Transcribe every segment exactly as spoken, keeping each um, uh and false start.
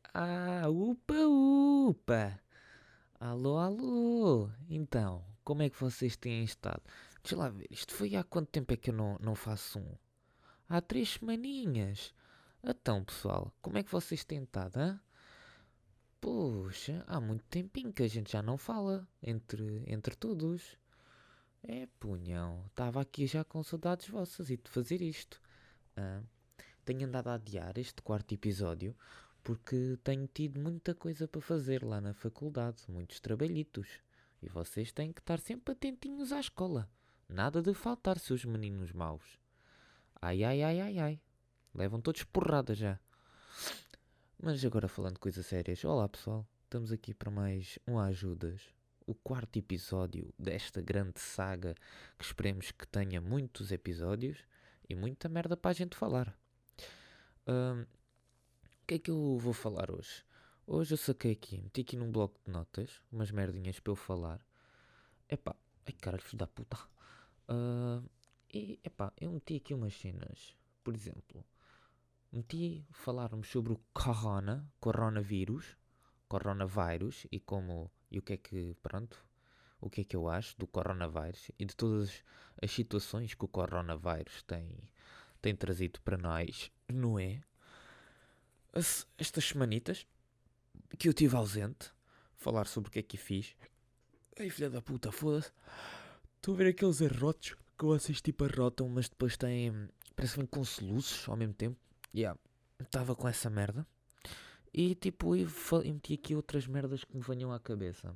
Ah, upa, upa! Alô, alô! Então, como é que vocês têm estado? Deixa lá ver, isto foi há quanto tempo é que eu não, não faço um? Há três semaninhas! Então, pessoal, como é que vocês têm estado, hã? Poxa, há muito tempinho que a gente já não fala entre, entre todos. É, punhão, estava aqui já com saudades vossas e de fazer isto. hã? Tenho andado a adiar este quarto episódio porque tenho tido muita coisa para fazer lá na faculdade, muitos trabalhitos. E vocês têm que estar sempre atentinhos à escola. Nada de faltar, seus meninos maus. Ai, ai, ai, ai, ai. Levam todos porrada já. Mas agora falando de coisas sérias. Olá, pessoal. Estamos aqui para mais um Ajudas. O quarto episódio desta grande saga que esperemos que tenha muitos episódios e muita merda para a gente falar. Ahm, O que é que eu vou falar hoje? Hoje eu saquei aqui, meti aqui num bloco de notas, umas merdinhas para eu falar. Epá, ai caralho, filho da puta. Ah, e epá, eu meti aqui umas cenas. Por exemplo, meti falarmos sobre o corona, coronavírus, coronavírus e como, e o que é que, pronto, o que é que eu acho do coronavírus e de todas as situações que o coronavírus tem, tem trazido para nós, não é? As- estas semanitas que eu estive ausente, falar sobre o que é que fiz. Ai, filha da puta, foda-se. Estou a ver aqueles arrotos que vocês tipo arrotam, mas depois têm. Parece que vêm com soluços ao mesmo tempo. Yeah, estava com essa merda. E tipo, e, fa- e meti aqui outras merdas que me venham à cabeça.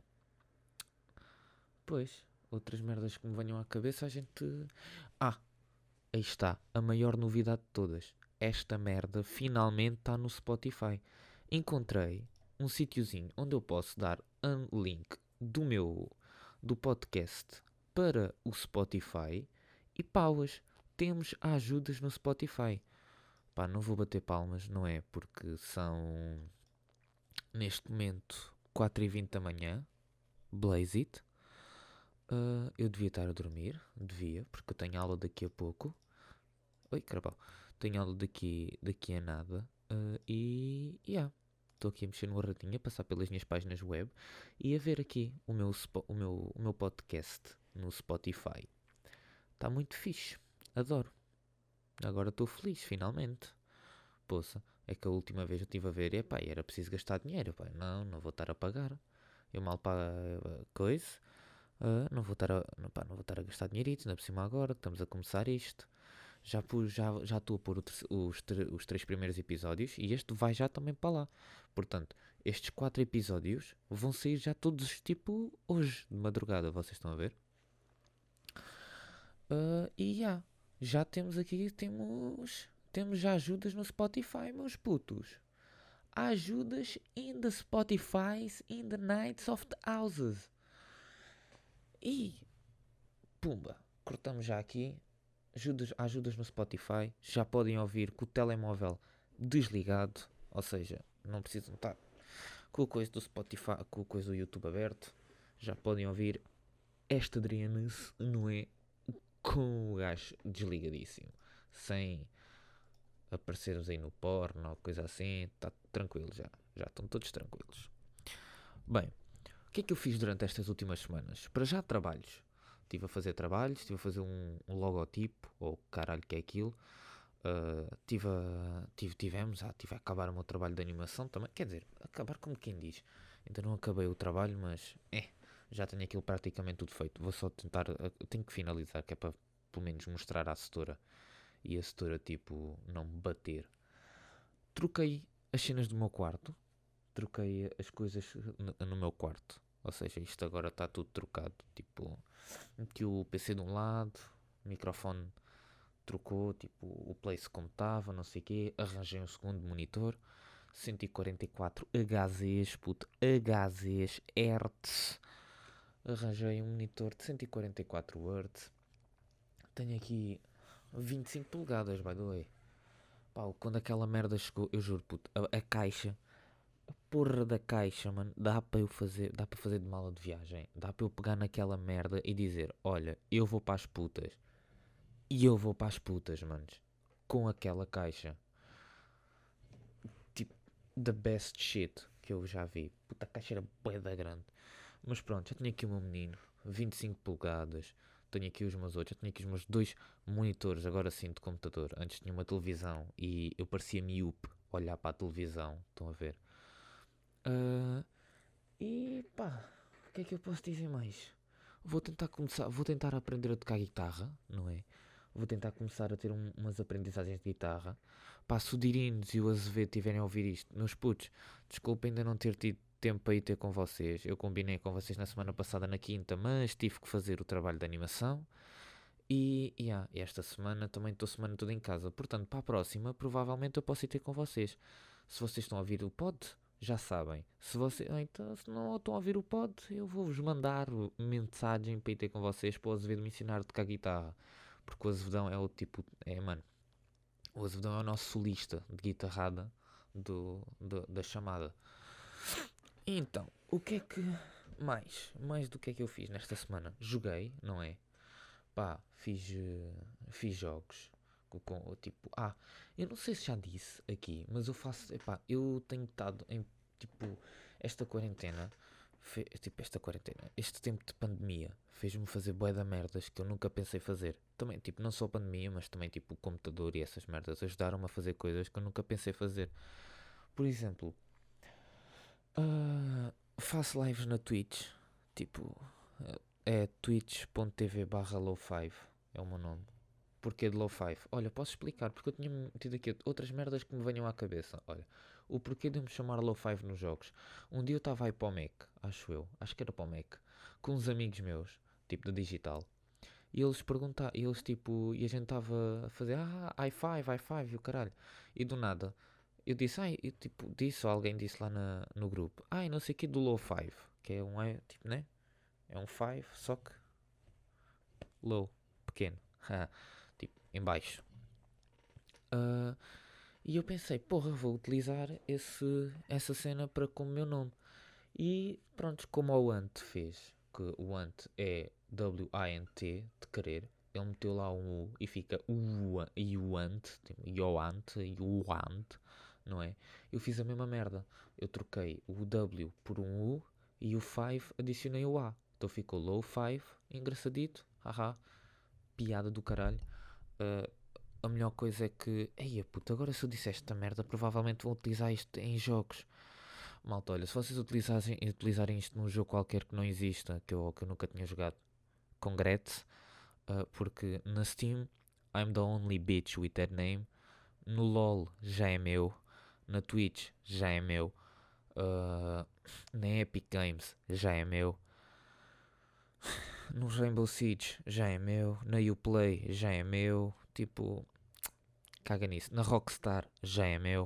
Pois, outras merdas que me venham à cabeça, a gente. Ah, aí está, a maior novidade de todas. Esta merda finalmente está no Spotify. Encontrei um sítiozinho onde eu posso dar um link do meu do podcast para o Spotify e pauas. Temos ajudas no Spotify. Pá, não vou bater palmas, não é? Porque são neste momento quatro e vinte da manhã. Blaze it. Ah, eu devia estar a dormir, devia, porque eu tenho aula daqui a pouco. Oi, carabao. Tenho aula daqui, daqui a nada. ah, e. Yeah. Estou aqui a mexer no ratinho, a passar pelas minhas páginas web e a ver aqui o meu, spo- o meu, o meu podcast no Spotify. Está muito fixe. Adoro. Agora estou feliz, finalmente. Poça, é que a última vez eu estive a ver, epá, e era preciso gastar dinheiro. Pá. Não, não vou estar a pagar. Eu mal pago a coisa. ah, não vou estar a, não, pá, não vou estar a gastar dinheirito, ainda por cima agora que estamos a começar isto. Já pus, já, já estou a pôr o terce- os, tre- os três primeiros episódios e este vai já também para lá. Portanto, estes quatro episódios vão sair já todos tipo hoje, de madrugada, vocês estão a ver? Ah, e já, já temos aqui, temos, temos já ajudas no Spotify, meus putos. Ajudas in the Spotify's in the nights of the houses. E, pumba, cortamos já aqui. Ajudas, ajudas no Spotify. Já podem ouvir com o telemóvel desligado. Ou seja, não precisam estar com a coisa do Spotify, com a coisa do YouTube aberto. Já podem ouvir esta Adrianas, não é? Com o gajo desligadíssimo. Sem aparecermos aí no porno ou coisa assim. Está tranquilo já. Já estão todos tranquilos. Bem, o que é que eu fiz durante estas últimas semanas? Para já trabalhos. Estive a fazer trabalhos, estive a fazer um, um logotipo, ou caralho que é aquilo. Uh, tive a, tive, tivemos, ah, tive a acabar o meu trabalho de animação também. Quer dizer, acabar como quem diz. Ainda não acabei o trabalho, mas é, já tenho aquilo praticamente tudo feito. Vou só tentar, uh, tenho que finalizar, que é para pelo menos mostrar à setora e a setora tipo não me bater. Troquei as cenas do meu quarto, troquei as coisas no, no meu quarto. Ou seja, isto agora está tudo trocado. Tipo, meti o P C de um lado, o microfone trocou, tipo, o place como estava, não sei o quê, arranjei um segundo monitor, cento e quarenta e quatro Hzs, puto, Hzs, Hertz, arranjei um monitor de cento e quarenta e quatro Hz, tenho aqui vinte e cinco polegadas, by the way. Pá, quando aquela merda chegou, eu juro, puto, a, a caixa, a porra da caixa, mano, dá para eu fazer, dá para fazer de mala de viagem, dá para eu pegar naquela merda e dizer, olha, eu vou para as putas, e eu vou para as putas, manos, com aquela caixa. the best shit que eu já vi. Puta, a caixa era bué da grande. Mas pronto, já tinha aqui o meu menino, vinte e cinco polegadas. Tenho aqui os meus outros, já tinha aqui os meus dois monitores, agora sim, de computador. Antes tinha uma televisão e eu parecia miúpe olhar para a televisão. Estão a ver? Ah, e pá, o que é que eu posso dizer mais? Vou tentar começar, vou tentar aprender a tocar guitarra, não é? Vou tentar começar a ter um- umas aprendizagens de guitarra. Pá, se o Dirinos e o Azevedo tiverem a ouvir isto, meus putos, desculpa ainda não ter tido tempo para ir ter com vocês. Eu combinei com vocês na semana passada, na quinta, mas tive que fazer o trabalho de animação. E, e ah, esta semana também estou semana toda em casa. Portanto, para a próxima, provavelmente eu posso ir ter com vocês. Se vocês estão a ouvir o pod, já sabem. Se, você, ah, então, se não estão a ouvir o pod, eu vou-vos mandar mensagem para ir ter com vocês para o Azevedo me ensinar a tocar guitarra. Porque o Azevedão é o tipo. É, mano. O Azevedão é o nosso solista de guitarrada do, do- da chamada. E então, o que é que. Mais? Mais do que é que eu fiz nesta semana? Joguei, não é? Pá, fiz, eh, fiz jogos com, com, tipo, ah, eu não sei se já disse aqui, mas eu faço, epá, eu tenho estado em, tipo, esta quarentena, fe- tipo, esta quarentena, este tempo de pandemia, fez-me fazer bué da merdas que eu nunca pensei fazer. Também, tipo, não só a pandemia, mas também, tipo, o computador e essas merdas ajudaram-me a fazer coisas que eu nunca pensei fazer. Por exemplo, ah, faço lives na Twitch, tipo, eh, é twitch.tv barra low5, é o meu nome. Porquê de low-fi? Olha, posso explicar, porque eu tinha tido aqui outras merdas que me venham à cabeça. Olha, o porquê de eu me chamar low-fi nos jogos. Um dia eu estava aí para o Mac, acho eu, acho que era para o Mac, com uns amigos meus, tipo da Digital, e eles perguntaram, e eles tipo, e a gente estava a fazer, ah, i cinco, i cinco, e o caralho. E do nada, eu disse, ai, eu tipo, disse, ou alguém disse lá na, no grupo, ai, não sei o que do low-fi, que é um, i- tipo, né? É um cinco, só que low, pequeno, tipo, em baixo. Ah, E eu pensei, porra, vou utilizar esse, essa cena para como meu nome. E pronto, como o Ant fez, que o Ant é W-A-N-T, de querer, ele meteu lá um U e fica U e o Ant, tipo, Yoant e o Ant, não é? Eu fiz a mesma merda. Eu troquei o W por um U e o cinco adicionei o A. Então ficou low cinco, engraçadito, haha, piada do caralho. Ah, a melhor coisa é que, eia puta, agora se eu disser esta merda, provavelmente vão utilizar isto em jogos. Malta, olha, se vocês utilizassem, utilizarem isto num jogo qualquer que não exista, que eu, que eu nunca tinha jogado, congrats, uh, porque na Steam, I'm the only bitch with that name, no LoL já é meu, na Twitch já é meu, uh, na Epic Games já é meu, no Rainbow Siege já é meu, na Uplay já é meu, tipo, caga nisso, na Rockstar já é meu.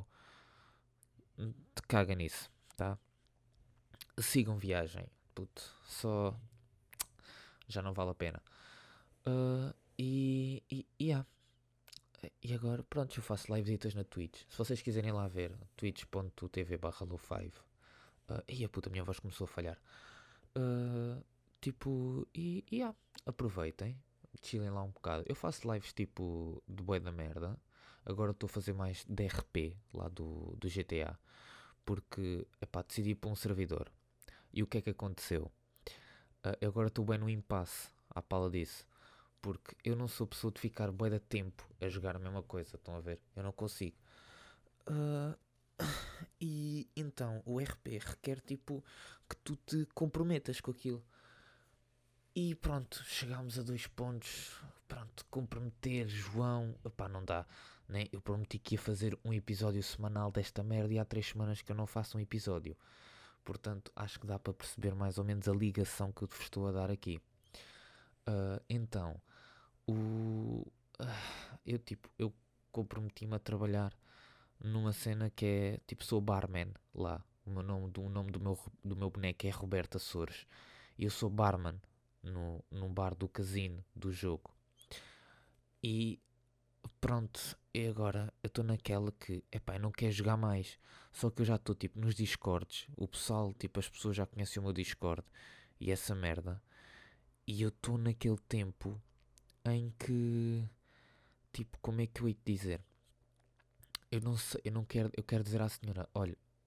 Caga nisso, tá? Sigam viagem, puto, só já não vale a pena. Ah, e, e, e, yeah. E agora, pronto, eu faço livesitas na Twitch. Se vocês quiserem lá ver, twitch.tv barra low5. Uh, e a puta, a minha voz começou a falhar. Ah, tipo, e, e yeah, aproveitem, chilem lá um bocado. Eu faço lives tipo de bué da merda. Agora estou a fazer mais de R P lá do, do G T A. Porque, epá, decidi ir para um servidor. E o que é que aconteceu? Ah, eu agora estou bem no impasse à pala disso. Porque eu não sou pessoa de ficar bué de tempo a jogar a mesma coisa. Estão a ver? Eu não consigo. Ah, e então o R P requer tipo que tu te comprometas com aquilo. E pronto, chegámos a dois pontos. Pronto, comprometer, João. Epá, não dá. Né? Eu prometi que ia fazer um episódio semanal desta merda e há três semanas que eu não faço um episódio. Portanto, acho que dá para perceber mais ou menos a ligação que eu te estou a dar aqui. Ah, então, o... ah, eu tipo, eu comprometi-me a trabalhar numa cena que é, tipo, sou barman lá. O meu nome, do, o nome do meu, do meu boneco é Roberto Açores. E eu sou barman no, num bar do casino do jogo. E pronto, e agora eu estou naquela que, epá, eu não quero jogar mais. Só que eu já estou tipo nos Discords. O pessoal, tipo, as pessoas já conhecem o meu Discord e essa merda. E eu estou naquele tempo em que, tipo, como é que eu ia te dizer? Eu não sei, eu não quero, eu quero dizer à senhora, olha,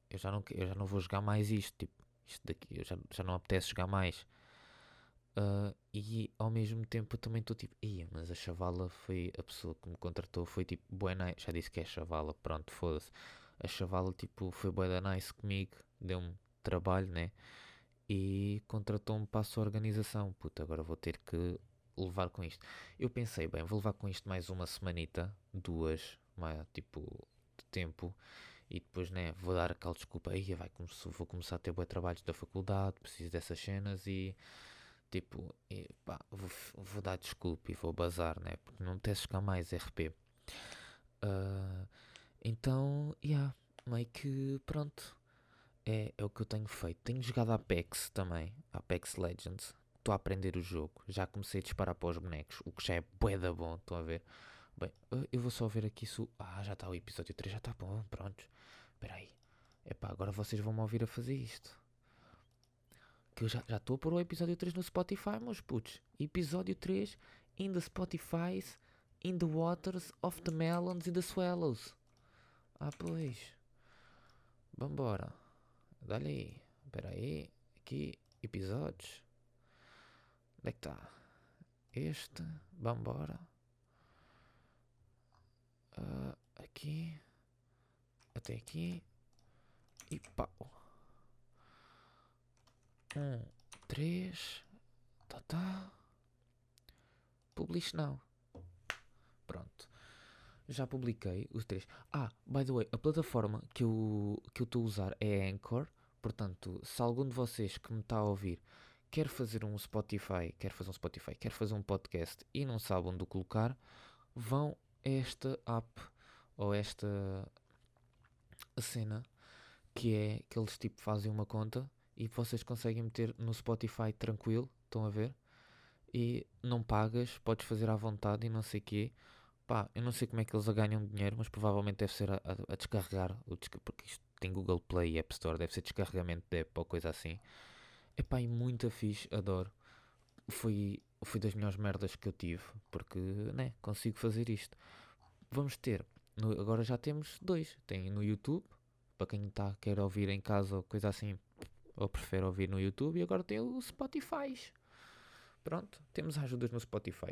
eu já não, que- eu já não vou jogar mais isto, tipo, isto daqui, eu já, já não apetece jogar mais. Ah, e ao mesmo tempo eu também estou tipo, ia, mas a chavala foi a pessoa que me contratou, foi tipo, bué nice, já disse que é chavala, pronto, foda-se. A chavala, tipo, foi bué da nice comigo, deu-me trabalho, né? E contratou-me para a sua organização. Puta, agora vou ter que levar com isto. Eu pensei, bem, vou levar com isto mais uma semanita, duas, mais, tipo, de tempo. E depois, né, vou dar aquela desculpa. Aí vai, começo- vou começar a ter boi trabalhos da faculdade, preciso dessas cenas e, tipo, e, pá, vou, vou dar desculpa e vou bazar, né, porque não me apetece jogar mais R P. Ah, então, yeah, meio que, pronto. É, é o que eu tenho feito. Tenho jogado Apex também, Apex Legends. Estou a aprender o jogo. Já comecei a disparar para os bonecos, o que já é bué da bom, estão a ver? Bem, eu eu vou só ver aqui se o... Ah, já está o episódio três, já está bom, pronto. Espera aí. Epá, agora vocês vão me ouvir a fazer isto. Que eu já já estou a pôr o episódio três no Spotify, meus putos. Episódio três in the Spotify's, in the waters of the melons e the swallows. Ah, pois. Vambora. Dá-lhe aí. Espera aí. Aqui, episódios. Onde é que está? Este. Vambora. Ah, aqui. Até aqui. E pau. Um, três. Tá, tá. Publish não. Pronto. Já publiquei os três. Ah, by the way, a plataforma que eu que eu estou a usar é a Anchor. Portanto, se algum de vocês que me está a ouvir quer fazer um Spotify, quer fazer um Spotify, quer fazer um podcast e não sabe onde o colocar, vão a esta app ou esta cena que é que eles tipo fazem uma conta e vocês conseguem meter no Spotify tranquilo, estão a ver? E não pagas, podes fazer à vontade e não sei o quê. Pá, eu não sei como é que eles ganham dinheiro, mas provavelmente deve ser a, a- a descarregar, o desca- porque isto tem Google Play e App Store, deve ser descarregamento de app ou coisa assim. Epá, e muito fixe, adoro. Foi, foi das melhores merdas que eu tive, porque, né, consigo fazer isto. Vamos ter, no- agora já temos dois, tem no YouTube, para quem tá, quer ouvir em casa ou coisa assim, ou prefere ouvir no YouTube, e agora tem o Spotify. Pronto, temos ajudas no Spotify.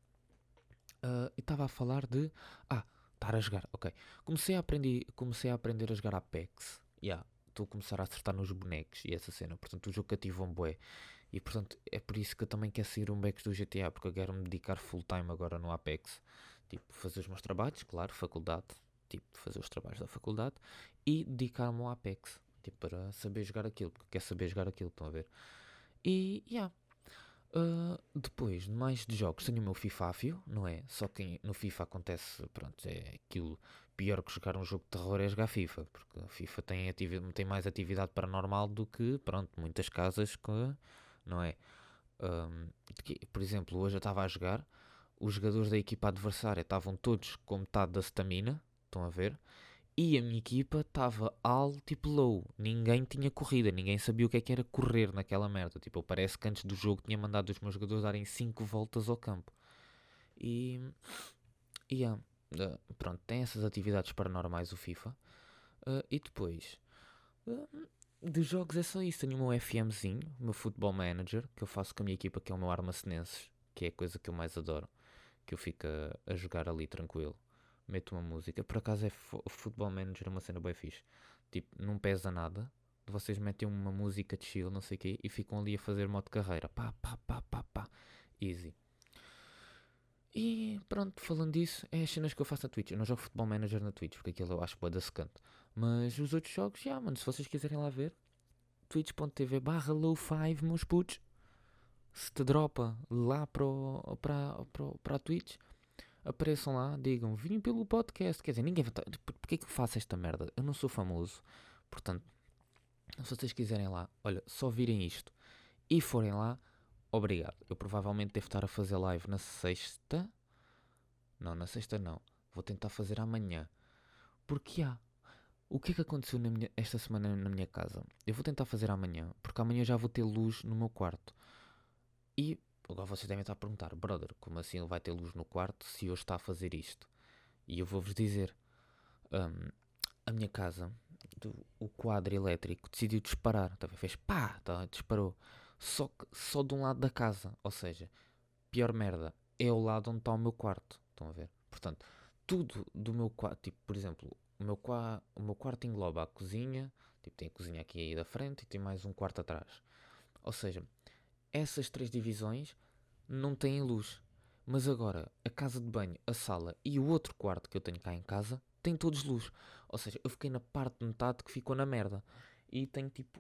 Ah, e estava a falar de. Ah, estar a jogar, ok. Comecei a aprender, comecei a aprender a jogar Apex. Yeah, estou a começar a acertar nos bonecos e essa cena. Portanto, o jogo cativou um bué. E portanto, é por isso que eu também quero sair um bex do G T A. Porque eu quero me dedicar full time agora no Apex. Tipo, fazer os meus trabalhos, claro, faculdade. Tipo, fazer os trabalhos da faculdade. E dedicar-me ao Apex. Tipo, para saber jogar aquilo. Porque eu quero saber jogar aquilo, estão a ver? E, yeah. Uh, depois, mais de jogos, tenho o meu FIFAfio, não é? Só que no FIFA acontece, pronto, é aquilo pior que jogar um jogo de terror é jogar FIFA, porque a FIFA tem, ativi tem mais atividade paranormal do que, pronto, muitas casas que, não é? Um, que- por exemplo, hoje eu estava a jogar, os jogadores da equipa adversária estavam todos com metade da stamina, estão a ver? E a minha equipa estava all tipo low. Ninguém tinha corrida, ninguém sabia o que é que era correr naquela merda. Tipo, parece que antes do jogo tinha mandado os meus jogadores darem cinco voltas ao campo. E. E ah, ah, pronto, tem essas atividades paranormais o FIFA. Ah, e depois. ah, dos jogos é só isso. Tenho o meu FMzinho, o meu Football Manager, que eu faço com a minha equipa, que é o meu Armacenenses, que é a coisa que eu mais adoro. Que eu fico a, a jogar ali tranquilo. Meto uma música. Por acaso é fo- Football Manager, é uma cena bem fixe. Tipo, não pesa nada. Vocês metem uma música de chill, não sei o quê, e ficam ali a fazer modo carreira. Pá, pá, pá, pá, pá. Easy. E pronto, falando disso, é as cenas que eu faço na Twitch. Eu não jogo Football Manager na Twitch, porque aquilo eu acho bué da secante. Mas os outros jogos, já, mano, se vocês quiserem lá ver, twitch.tv barra low five, meus putos. Se te dropa lá para, o- para, para, para a Twitch, apareçam lá, digam, vim pelo podcast. Quer dizer, ninguém vai. Tá- por- Porquê que eu faço esta merda? Eu não sou famoso. Portanto, se vocês quiserem lá, olha, só virem isto e forem lá, obrigado. Eu provavelmente devo estar a fazer live na sexta. Não, na sexta não. Vou tentar fazer amanhã. Porque há. O que é que aconteceu na minha- esta semana na minha casa? Eu vou tentar fazer amanhã, porque amanhã já vou ter luz no meu quarto. E agora vocês devem estar a perguntar, brother, como assim ele vai ter luz no quarto se hoje está a fazer isto? E eu vou-vos dizer, hum, a minha casa, repente o, o quadro elétrico decidiu disparar, tá a ver? Fez pá, tá, disparou. Só que só de um lado da casa, ou seja, pior merda, é o lado onde está o meu quarto, estão a ver? Portanto, tudo do meu quarto, tipo, por exemplo, o meu, qua, o meu quarto engloba a cozinha, tipo, tem a cozinha aqui aí da frente e tem mais um quarto atrás. Ou seja, essas três divisões não têm luz. Mas agora, a casa de banho, a sala e o outro quarto que eu tenho cá em casa têm todos luz. Ou seja, eu fiquei na parte de metade que ficou na merda. E tenho tipo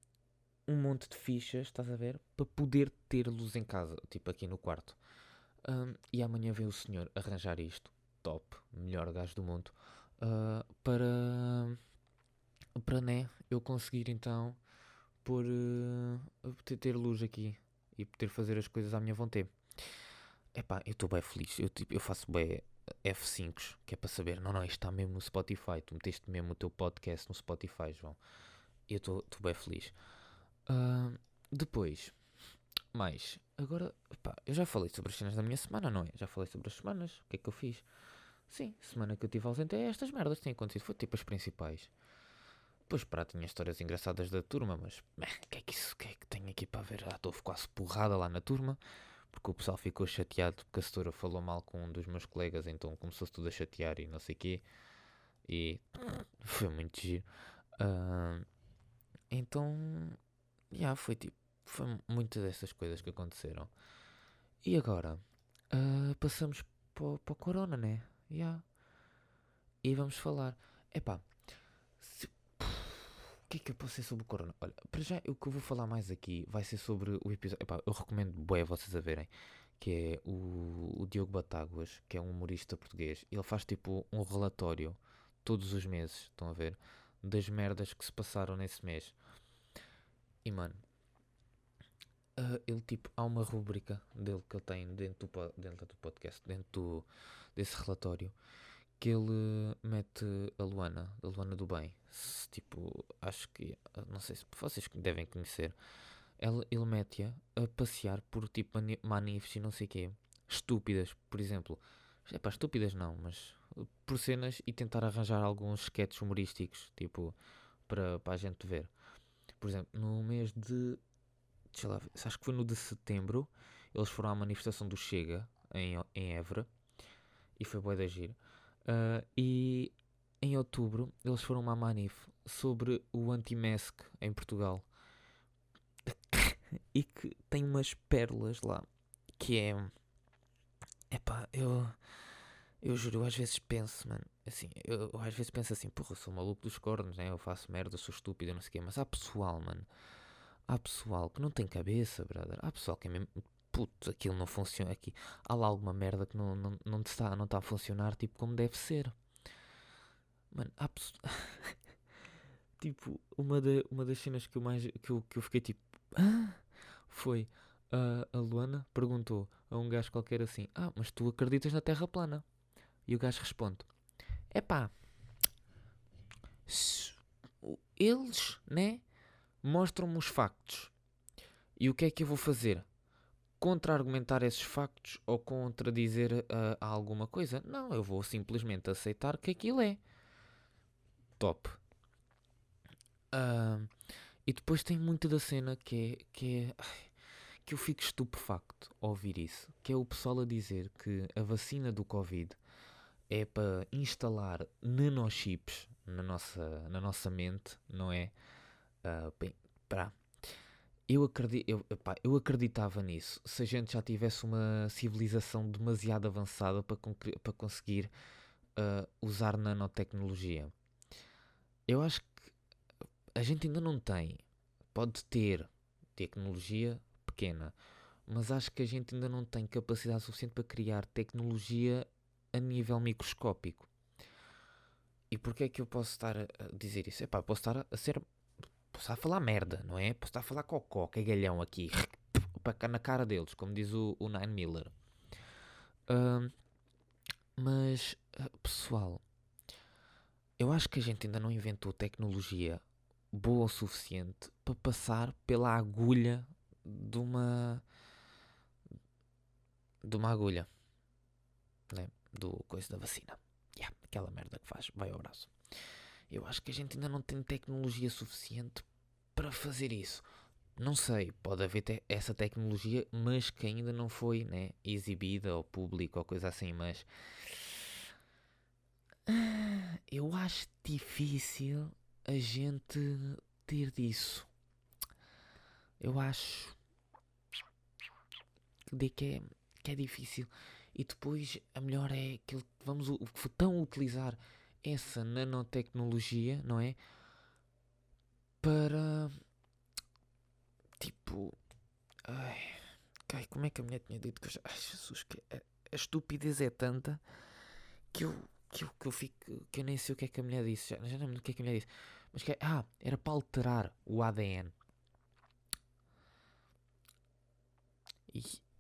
um monte de fichas, estás a ver? Para poder ter luz em casa, tipo aqui no quarto. Ahm, e amanhã vem o senhor arranjar isto. Top, melhor gajo do mundo. ah, para, para né, eu conseguir então por uh, ter, ter luz aqui e poder fazer as coisas à minha vontade. Epá, eu estou bem feliz. Eu, tipo, eu faço bem F cinco, que é para saber. Não, não, isto está mesmo no Spotify. Tu meteste mesmo o teu podcast no Spotify, João. Eu estou bem feliz. Ah, depois, mais. Agora, epá, eu já falei sobre as cenas da minha semana, não é? Já falei sobre as semanas. O que é que eu fiz? Sim, semana que eu estive ausente é estas merdas que têm acontecido. Foi tipo as principais. Depois, pá, tinha histórias engraçadas da turma, mas o que é que isso, o que é que tenho aqui para ver? Ah, estou quase porrada lá na turma, porque o pessoal ficou chateado porque a setora falou mal com um dos meus colegas, então começou-se tudo a chatear e não sei o quê, e foi muito giro. Ah, então, já, yeah, foi tipo, foi muitas dessas coisas que aconteceram. E agora, ah, passamos para o Corona, né? Já. Yeah. E vamos falar. Epá, se o que é que eu posso dizer sobre o Corona? Olha, para já o que eu vou falar mais aqui vai ser sobre o episódio. Epá, eu recomendo bué vocês a verem. Que é o, o Diogo Batáguas, que é um humorista português. Ele faz tipo um relatório todos os meses, estão a ver? Das merdas que se passaram nesse mês. E mano, ah, ele tipo, há uma rubrica dele que ele tem dentro do, po- dentro do podcast, dentro do- desse relatório, que ele mete a Luana, a Luana do Bem. Se, tipo, acho que, não sei se vocês devem conhecer. Ela, ele mete-a a passear por tipo mani- manifes e não sei o quê. Estúpidas, por exemplo. É pá, estúpidas não, mas por cenas e tentar arranjar alguns sketches humorísticos, tipo, para, para a gente ver. Por exemplo, no mês de, deixa lá ver, acho que foi no de setembro, eles foram à manifestação do Chega, em, em Évora, e foi bué da giro. Ah, e em outubro, eles foram a uma manif sobre o anti-mask em Portugal. E que tem umas pérolas lá, que é, epá, eu, eu juro, eu às vezes penso, mano, assim, eu, eu às vezes penso assim, porra, eu sou maluco dos cornos, né, eu faço merda, sou estúpido, não sei o quê, mas há pessoal, mano, há pessoal que não tem cabeça, brother, há pessoal que é mesmo, puto, aquilo não funciona aqui, há lá alguma merda que não, não, não está, não está a funcionar, tipo, como deve ser, mano, há pessoal, tipo, uma, da, uma das cenas que eu mais, que eu, que eu fiquei tipo, ah? Foi a, a Luana perguntou a um gajo qualquer assim: Ah, mas tu acreditas na Terra plana? E o gajo responde: Epá, se- o- eles, né, mostram-me os factos. E o que é que eu vou fazer? Contra-argumentar esses factos ou contradizer ah, a alguma coisa? Não, eu vou simplesmente aceitar que aquilo é top. Ah, e depois tem muita da cena que é, que é que eu fico estupefacto ao ouvir isso, que é o pessoal a dizer que a vacina do Covid é para instalar nanochips na nossa, na nossa mente, não é? Ah, bem, pá, eu, acredi eu, epá, eu acreditava nisso. Se a gente já tivesse uma civilização demasiado avançada para, para conseguir ah, usar nanotecnologia. Eu acho que a gente ainda não tem. Pode ter tecnologia pequena, mas acho que a gente ainda não tem capacidade suficiente para criar tecnologia a nível microscópico. E porquê é que eu posso estar a dizer isso? Epá, posso estar a ser. Posso estar a falar merda, não é? Posso estar a falar cocó, cagalhão aqui, na cara deles, como diz o, o Nine Miller. Ahm, mas, ah, pessoal, eu acho que a gente ainda não inventou tecnologia boa o suficiente para passar pela agulha de uma. de uma agulha, né? Do coisa da vacina. Yeah, aquela merda que faz, vai ao braço. Eu acho que a gente ainda não tem tecnologia suficiente para fazer isso. Não sei, pode haver te- essa tecnologia, mas que ainda não foi, né, exibida ao público ou coisa assim, mas ah, eu acho difícil a gente ter disso. Eu acho que, de que, é, que é difícil. E depois a melhor é que vamos u- tão utilizar essa nanotecnologia, não é? Para tipo. Ai, ai, como é que a mulher tinha dito que eu já. Ai, Jesus, que a, a estupidez é tanta que eu, que eu, que eu fico. Que eu nem sei o que é que a mulher disse. Já, já não lembro o que é que a mulher disse. Mas que é, ah, era para alterar o A D N. E.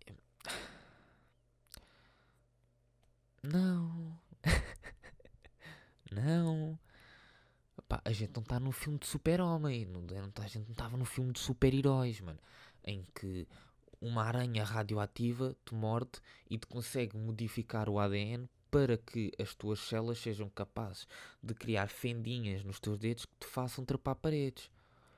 Não, não. Pá, a gente não está num filme de super-homem. Não, não tá- a gente não estava num filme de super-heróis, mano. Em que uma aranha radioativa te morde e te consegue modificar o A D N para que as tuas células sejam capazes de criar fendinhas nos teus dedos que te façam trepar paredes.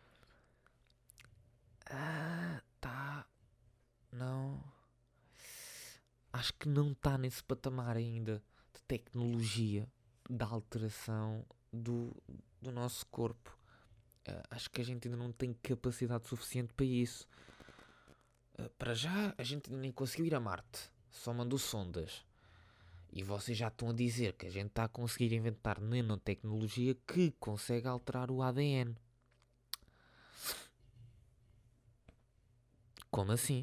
Ah, tá. Não. Acho que não está nesse patamar ainda de tecnologia, da alteração do, do nosso corpo. Ah, acho que a gente ainda não tem capacidade suficiente para isso. Ah, para já, a gente ainda nem conseguiu ir a Marte. Só mandou sondas. E vocês já estão a dizer que a gente está a conseguir inventar nanotecnologia que consegue alterar o A D N. Como assim?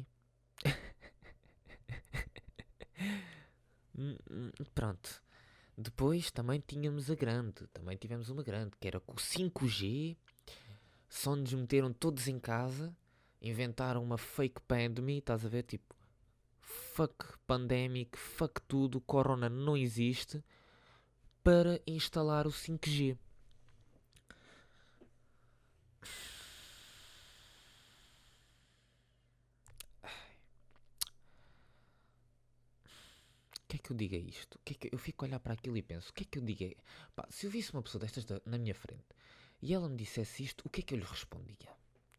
Hum, hum, Pronto. Depois também tínhamos a grande. Também tivemos uma grande, que era com o cinco G. Só nos meteram todos em casa. Inventaram uma fake pandemic. Estás a ver? Tipo, fuck pandemic, fuck tudo. Corona não existe. Para instalar o cinco G. O que é que eu digo a isto? O que é que eu fico a olhar para aquilo e penso, o que é que eu digo a... Pá, se eu visse uma pessoa destas da- na minha frente e ela me dissesse isto, o que é que eu lhe respondia?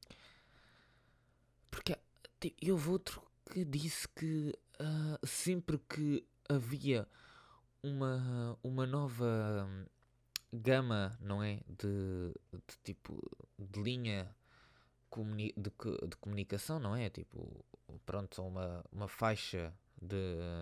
Porque ti- houve outro que disse que ah, sempre que havia uma, uma nova hum, gama, não é? De, de tipo, de linha comuni- de, co- de comunicação, não é? Tipo, pronto, uma, uma faixa de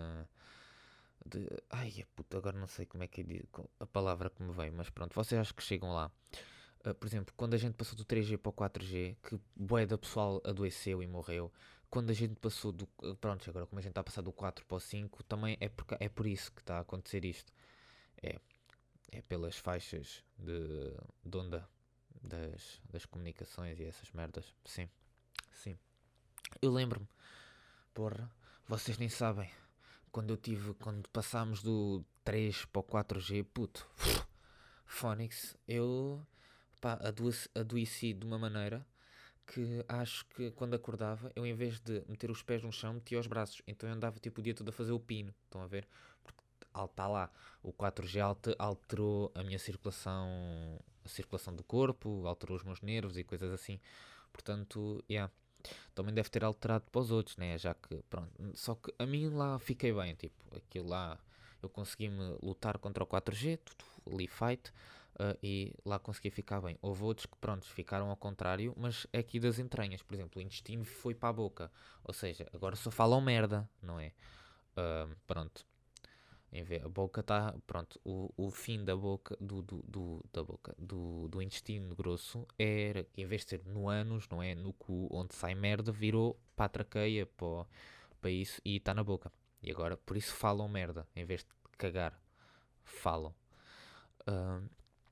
de. Ai, puta, agora não sei como é que é de- a palavra que me veio, mas pronto, vocês acho que chegam lá. Ah, por exemplo, quando a gente passou do três G para o quatro G, que bué da pessoal adoeceu e morreu. Quando a gente passou do. Pronto, agora como a gente está a passar do quatro para o cinco, também é, porque, é por isso que está a acontecer isto. É, é pelas faixas de, de onda das, das comunicações e essas merdas. Sim, sim. Eu lembro-me, porra, vocês nem sabem. Quando eu tive, quando passámos do três para o quatro G, puto, Phonics, eu pá, adoeci, adoeci de uma maneira que acho que quando acordava, eu em vez de meter os pés no chão, metia os braços. Então eu andava tipo o dia todo a fazer o pino. Estão a ver? Porque está lá. O quatro G alter- alterou a minha circulação, a circulação do corpo, alterou os meus nervos e coisas assim. Portanto, yeah, também deve ter alterado para os outros, né? Já que, pronto. Só que a mim lá fiquei bem, tipo, aquilo lá eu consegui-me lutar contra o quatro G, ali fight, ah, e lá consegui ficar bem. Houve outros que, pronto, ficaram ao contrário, mas é aqui das entranhas, por exemplo, o intestino foi para a boca, ou seja, agora só falam merda, não é? Ah, pronto. Em vez, a boca está, pronto, o, o fim da boca, do, do, do- da boca, do, do intestino grosso era, em vez de ser no ânus, não é? No cu, onde sai merda, virou para a traqueia, para, o- para isso, e está na boca. E agora, por isso falam merda, em vez de cagar, falam. Ahm,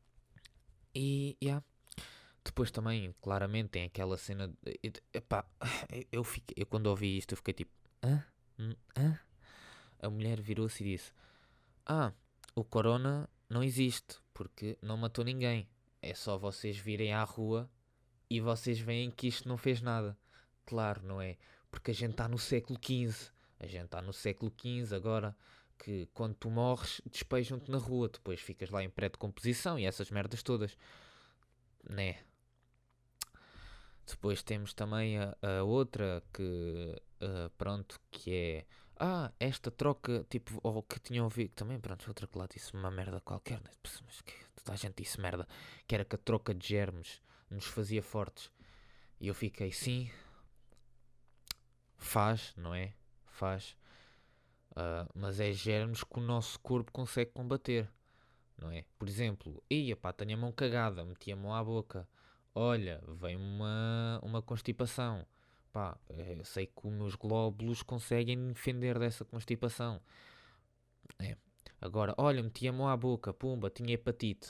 e, yeah. Depois também, claramente, tem aquela cena, de, e- epá, eu, fiquei, eu quando ouvi isto, eu fiquei tipo, hã? Hum, Hã? A mulher virou-se e disse, ah, o corona não existe porque não matou ninguém. É só vocês virem à rua e vocês veem que isto não fez nada. Claro, não é? Porque a gente está no século quinze. A gente está no século quinze agora que quando tu morres despejam-te na rua, depois ficas lá em pré-decomposição e essas merdas todas, né? Depois temos também a, a outra que, ah, pronto, que é, ah, esta troca, tipo, ou que tinham ouvido, também, pronto, outra que lá disse uma merda qualquer, né? Mas que toda a gente disse merda, que era que a troca de germes nos fazia fortes. E eu fiquei, sim, faz, não é? Faz. Ah, mas é germes que o nosso corpo consegue combater, não é? Por exemplo, ia pá, tenho a mão cagada, meti a mão à boca, olha, vem uma, uma constipação, pá, eh, eu sei que os meus glóbulos conseguem me defender dessa constipação, é. Agora, olha, meti a mão à boca, pumba, tinha hepatite.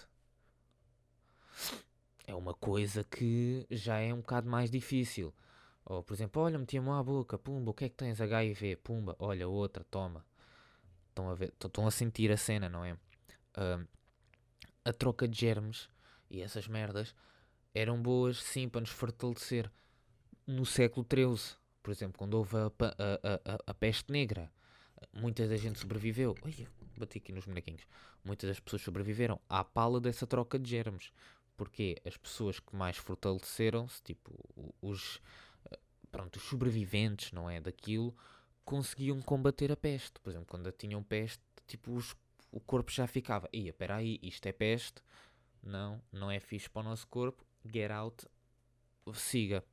É uma coisa que já é um bocado mais difícil. Ou, por exemplo, olha, meti a mão à boca, pumba, o que é que tens? H I V, pumba, olha, outra, toma. Estão a ver, estão a sentir a cena, não é? Ah, a troca de germes e essas merdas eram boas, sim, para nos fortalecer. No século treze, por exemplo, quando houve a, pa- a, a, a- a peste negra, muita da gente sobreviveu. Ai, bati aqui nos bonequinhos. Muitas das pessoas sobreviveram à pala dessa troca de germes. Porque as pessoas que mais fortaleceram-se, tipo, o- os, eh, pronto, os sobreviventes, não é, daquilo, conseguiam combater a peste. Por exemplo, quando tinham peste, tipo, os- o corpo já ficava, ia, espera aí, isto é peste, não, não é fixe para o nosso corpo, get out, siga.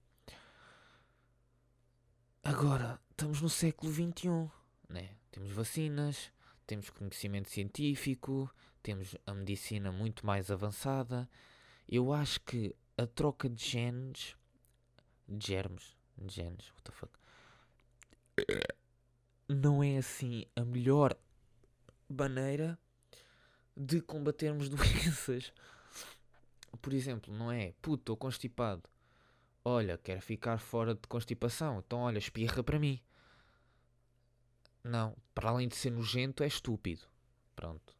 Agora, estamos no século vinte e um, né? Temos vacinas, temos conhecimento científico, temos a medicina muito mais avançada. Eu acho que a troca de genes, de germes, de genes, what the fuck, não é assim a melhor maneira de combatermos doenças. Por exemplo, não é, puto, estou constipado. Olha, quero ficar fora de constipação, então olha, espirra para mim. Não, para além de ser nojento, é estúpido. Pronto.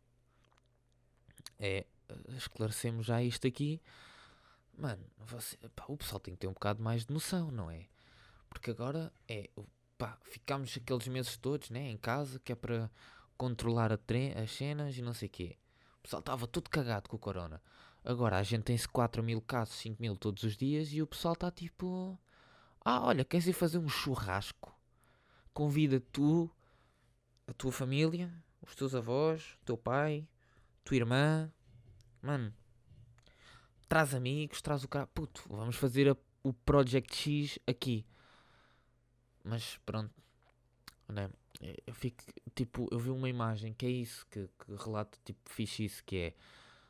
É, esclarecemos já isto aqui. Mano, você, pá, o pessoal tem que ter um bocado mais de noção, não é? Porque agora é, pá, ficámos aqueles meses todos, né, em casa, que é para controlar a tre- as cenas e não sei o quê. O pessoal estava todo cagado com o corona. Agora a gente tem-se quatro mil casos, cinco mil todos os dias e o pessoal está tipo... Ah, olha, queres ir fazer um churrasco? Convida tu, a tua família, os teus avós, o teu pai, tua irmã. Mano, traz amigos, traz o cara. Puto, vamos fazer a- o Project X aqui. Mas pronto, né? Eu fico, tipo, eu vi uma imagem que é isso, que, que relata, tipo, fixe isso, que é...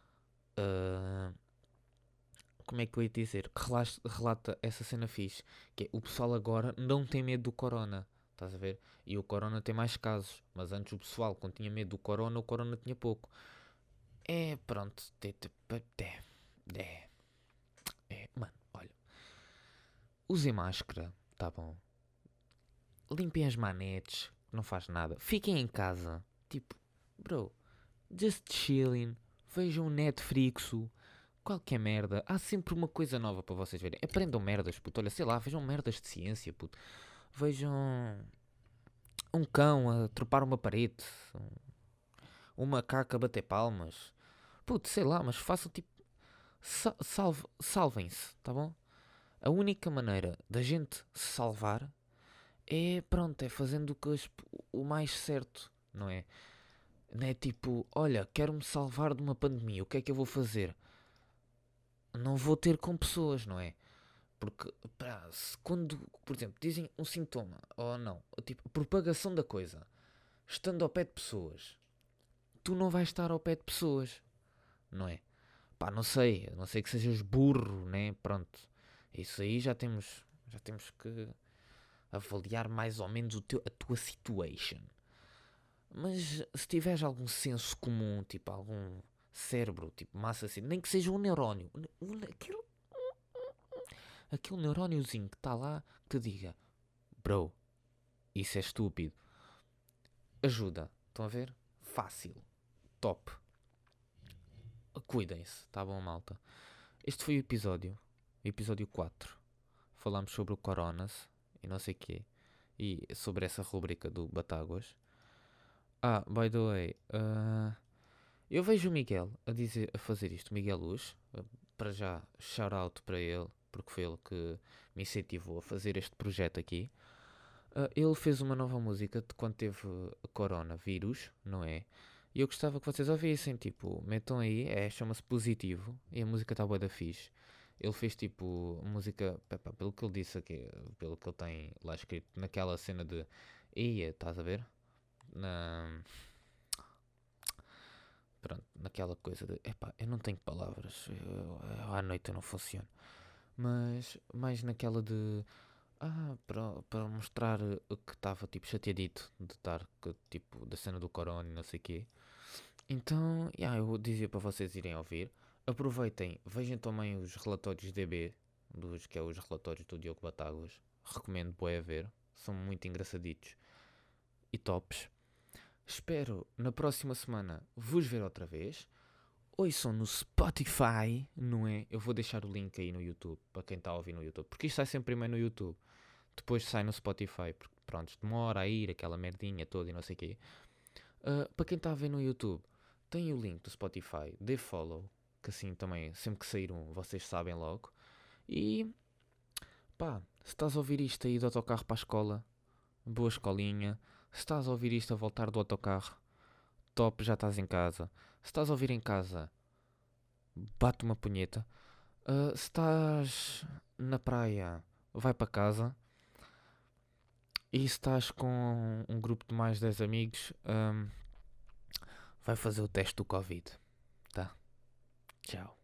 ah, como é que eu ia dizer? Que relas- relata essa cena fixe, que é o pessoal agora não tem medo do corona, estás a ver? E o corona tem mais casos, mas antes o pessoal, quando tinha medo do corona, o corona tinha pouco. É, pronto, é, é, é, é, mano, olha, usem máscara, tá bom? Limpem as manetes, não faz nada. Fiquem em casa, tipo, bro, just chilling, vejam Netflix, qualquer merda. Há sempre uma coisa nova para vocês verem. Aprendam merdas, puto. Olha, sei lá, vejam merdas de ciência, puto. Vejam um cão a trepar uma parede, um macaco a bater palmas. Puto, sei lá, mas façam tipo. sa- salve- salvem-se, tá bom? A única maneira da gente se salvar é, pronto, é fazendo o, que as- o mais certo, não é? Não é tipo, olha, quero-me salvar de uma pandemia, o que é que eu vou fazer? Não vou ter com pessoas, não é? Porque, pá, se quando, por exemplo, dizem um sintoma, ou não, tipo, propagação da coisa, estando ao pé de pessoas, tu não vais estar ao pé de pessoas, não é? Pá, não sei, a não sei que sejas burro, né? Pronto, isso aí já temos, já temos que avaliar mais ou menos o teu, a tua situation. Mas se tiveres algum senso comum, tipo algum cérebro, tipo massa assim, nem que seja um neurónio, um, aquele, aquele neuróniozinho que está lá, que te diga, bro, isso é estúpido. Ajuda, estão a ver? Fácil, top. Cuidem-se, tá bom, malta? Este foi o episódio, episódio quatro. Falámos sobre o Coronas e não sei o quê. E sobre essa rubrica do Batáguas. Ah, by the way, ah, eu vejo o Miguel a dizer, a fazer isto, Miguel Luz, ah, para já, shout out para ele, porque foi ele que me incentivou a fazer este projeto aqui. Ah, ele fez uma nova música de quando teve a coronavírus, não é? E eu gostava que vocês ouvissem, tipo, metam aí, é, chama-se Positivo, e a música está bué da fixe. Ele fez tipo música, pá, pá, pelo que ele disse aqui, pelo que ele tem lá escrito, naquela cena de Ia, estás a ver? Na, pronto, naquela coisa de epá, eu não tenho palavras, eu- eu- à noite eu não funciono. Mas mais naquela de ah, para, para mostrar eh, que estava tipo chateadito de estar que, tipo da cena do corona e não sei o quê. Então, yeah, eu dizia para vocês irem ouvir. Aproveitem, vejam também os relatórios D B, dos, que é os relatórios do Diogo Batáguas. Recomendo bué a ver, são muito engraçaditos e tops. Espero na próxima semana vos ver outra vez. Ouçam no Spotify, não é? Eu vou deixar o link aí no YouTube, para quem está a ouvir no YouTube, porque isto sai sempre primeiro no YouTube, depois sai no Spotify, porque pronto, demora a ir aquela merdinha toda e não sei o quê. Ah, para quem está a ver no YouTube, tem o link do Spotify, dê follow, que assim também, sempre que sair um, vocês sabem logo. E pá, se estás a ouvir isto aí do autocarro para a escola, boa escolinha. Se estás a ouvir isto a voltar do autocarro, top, já estás em casa. Se estás a ouvir em casa, bate uma punheta. Ah, se estás na praia, vai para casa. E se estás com um grupo de mais dez amigos, ahm, vai fazer o teste do Covid. Tá? Tchau.